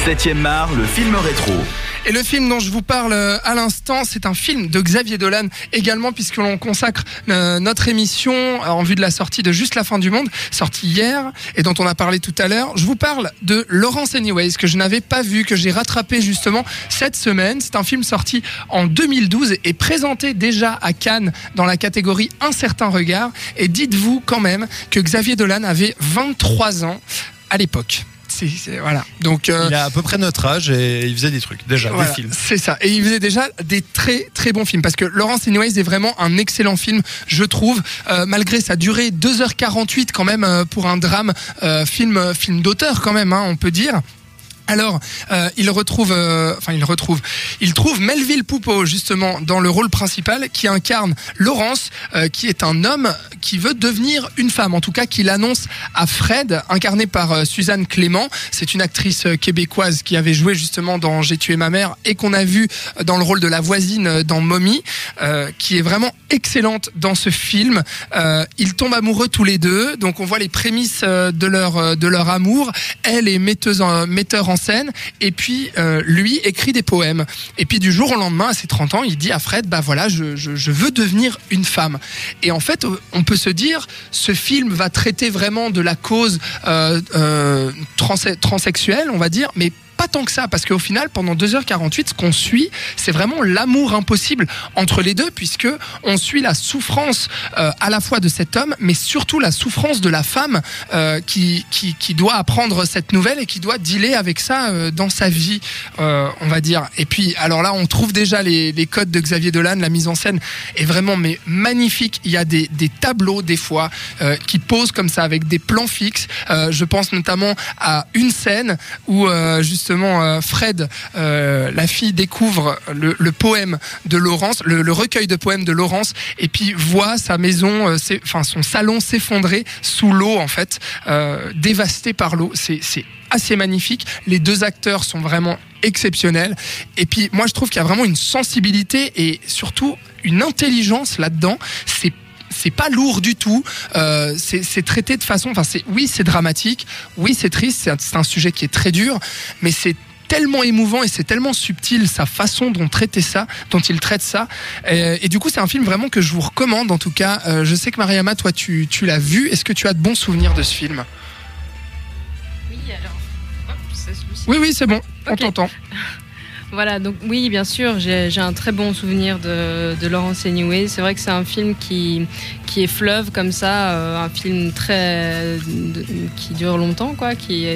7e art, le film rétro. Et le film dont je vous parle à l'instant, c'est un film de Xavier Dolan également, puisque l'on consacre notre émission en vue de la sortie de Juste la fin du monde, sortie hier et dont on a parlé tout à l'heure. Je vous parle de Laurence Anyways, que je n'avais pas vu, que j'ai rattrapé justement cette semaine. C'est un film sorti en 2012 et présenté déjà à Cannes dans la catégorie Un certain regard. Et dites-vous quand même que Xavier Dolan avait 23 ans à l'époque. Voilà. Donc, il a à peu près notre âge et il faisait des trucs déjà, voilà, des films. C'est ça. Et il faisait déjà des très très bons films, parce que Laurence Anyways est vraiment un excellent film, je trouve, malgré sa durée 2h48 quand même, pour un drame, film d'auteur quand même, hein, on peut dire. Alors, il trouve Melville Poupeau justement dans le rôle principal, qui incarne Laurence, qui est un homme qui veut devenir une femme, en tout cas qui l'annonce à Fred, incarné par Suzanne Clément. C'est une actrice québécoise qui avait joué justement dans J'ai tué ma mère et qu'on a vu dans le rôle de la voisine dans Mommy, qui est vraiment excellente dans ce film. Ils tombent amoureux tous les deux, donc on voit les prémices de leur amour. Elle est metteur en scène, et puis lui écrit des poèmes, et puis du jour au lendemain, à ses 30 ans, il dit à Fred, bah voilà, je veux devenir une femme. Et en fait, on peut se dire, ce film va traiter vraiment de la cause transsexuelle, on va dire, mais pas tant que ça, parce qu'au final, pendant 2h48, ce qu'on suit, c'est vraiment l'amour impossible entre les deux, puisque on suit la souffrance à la fois de cet homme, mais surtout la souffrance de la femme qui doit apprendre cette nouvelle et qui doit dealer avec ça dans sa vie, on va dire. Et puis, alors là, on trouve déjà les codes de Xavier Dolan. La mise en scène est vraiment magnifique. Il y a des tableaux, des fois, qui posent comme ça, avec des plans fixes. Je pense notamment à une scène où, justement, Fred, la fille, découvre le poème de Laurence, le recueil de poèmes de Laurence, et puis voit sa maison, son salon s'effondrer sous l'eau, en fait, dévasté par l'eau. C'est assez magnifique. Les deux acteurs sont vraiment exceptionnels. Et puis, moi, je trouve qu'il y a vraiment une sensibilité et surtout une intelligence là-dedans. C'est pas lourd du tout, c'est traité de façon, oui, c'est dramatique, oui, c'est triste, c'est un sujet qui est très dur, mais c'est tellement émouvant et c'est tellement subtil sa façon dont il traite ça, et du coup c'est un film vraiment que je vous recommande. En tout cas, je sais que Mariama, toi tu l'as vu. Est-ce que tu as de bons souvenirs de ce film? Oui, alors hop, c'est celui-ci. Oui, c'est bon, on Ok. t'entend. Voilà, donc oui, bien sûr, j'ai un très bon souvenir de Laurence Anyways. C'est vrai que c'est un film qui est fleuve comme ça, un film qui dure longtemps, quoi, qui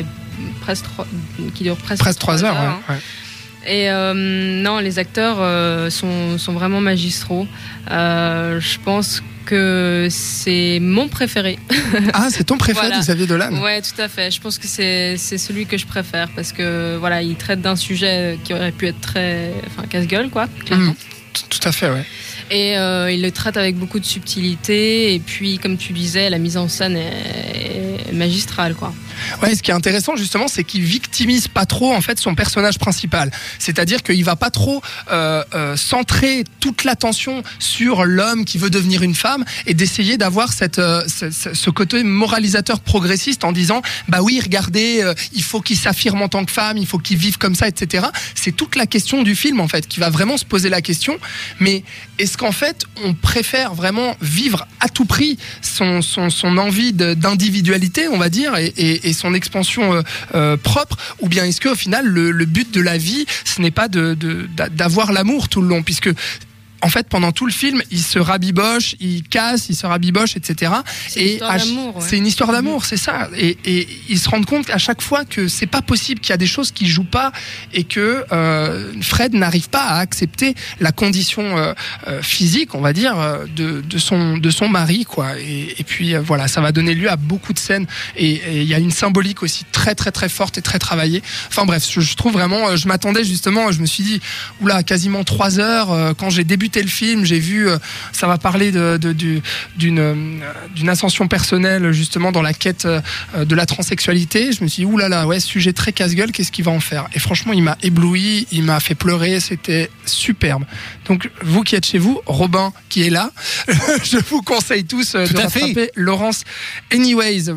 dure presque 3 heures. hein. Ouais. Et non, les acteurs sont vraiment magistraux. Je pense que c'est mon préféré. Ah, c'est ton préféré, Voilà. Xavier Dolan? Ouais, tout à fait. Je pense que c'est celui que je préfère, parce que voilà, il traite d'un sujet qui aurait pu être très, casse-gueule, quoi, clairement. Tout à fait, ouais. Et il le traite avec beaucoup de subtilité. Et puis, comme tu disais, la mise en scène est magistrale, quoi. Ouais, ce qui est intéressant justement, c'est qu'il victimise pas trop en fait son personnage principal. C'est-à-dire qu'il va pas trop centrer toute l'attention sur l'homme qui veut devenir une femme, et d'essayer d'avoir ce côté moralisateur progressiste en disant bah oui, regardez, il faut qu'il s'affirme en tant que femme, il faut qu'il vive comme ça, etc. C'est toute la question du film en fait, qui va vraiment se poser la question. Mais est-ce qu'en fait on préfère vraiment vivre à tout prix son envie d'individualité, on va dire, et son expansion propre, ou bien est-ce qu'au final le but de la vie, ce n'est pas d'avoir l'amour tout le long, puisque en fait, pendant tout le film, il se rabiboche, il casse, il se rabiboche, etc. C'est une histoire d'amour, ouais. C'est une histoire d'amour, c'est ça. Et ils se rendent compte à chaque fois que c'est pas possible, qu'il y a des choses qui jouent pas, et que Fred n'arrive pas à accepter la condition physique, on va dire, de son mari, quoi. Et puis voilà, ça va donner lieu à beaucoup de scènes, et il y a une symbolique aussi très très très forte et très travaillée. Enfin bref, je trouve vraiment, je m'attendais justement, je me suis dit, oula, quasiment 3 heures, quand j'ai débuté le film, j'ai vu, ça va parler d'une ascension personnelle justement dans la quête de la transsexualité. Je me suis dit, oulala, ouais, sujet très casse-gueule, qu'est-ce qu'il va en faire? Et franchement, il m'a ébloui, il m'a fait pleurer, c'était superbe. Donc, vous qui êtes chez vous, Robin qui est là, je vous conseille tous de rattraper Laurence Anyways.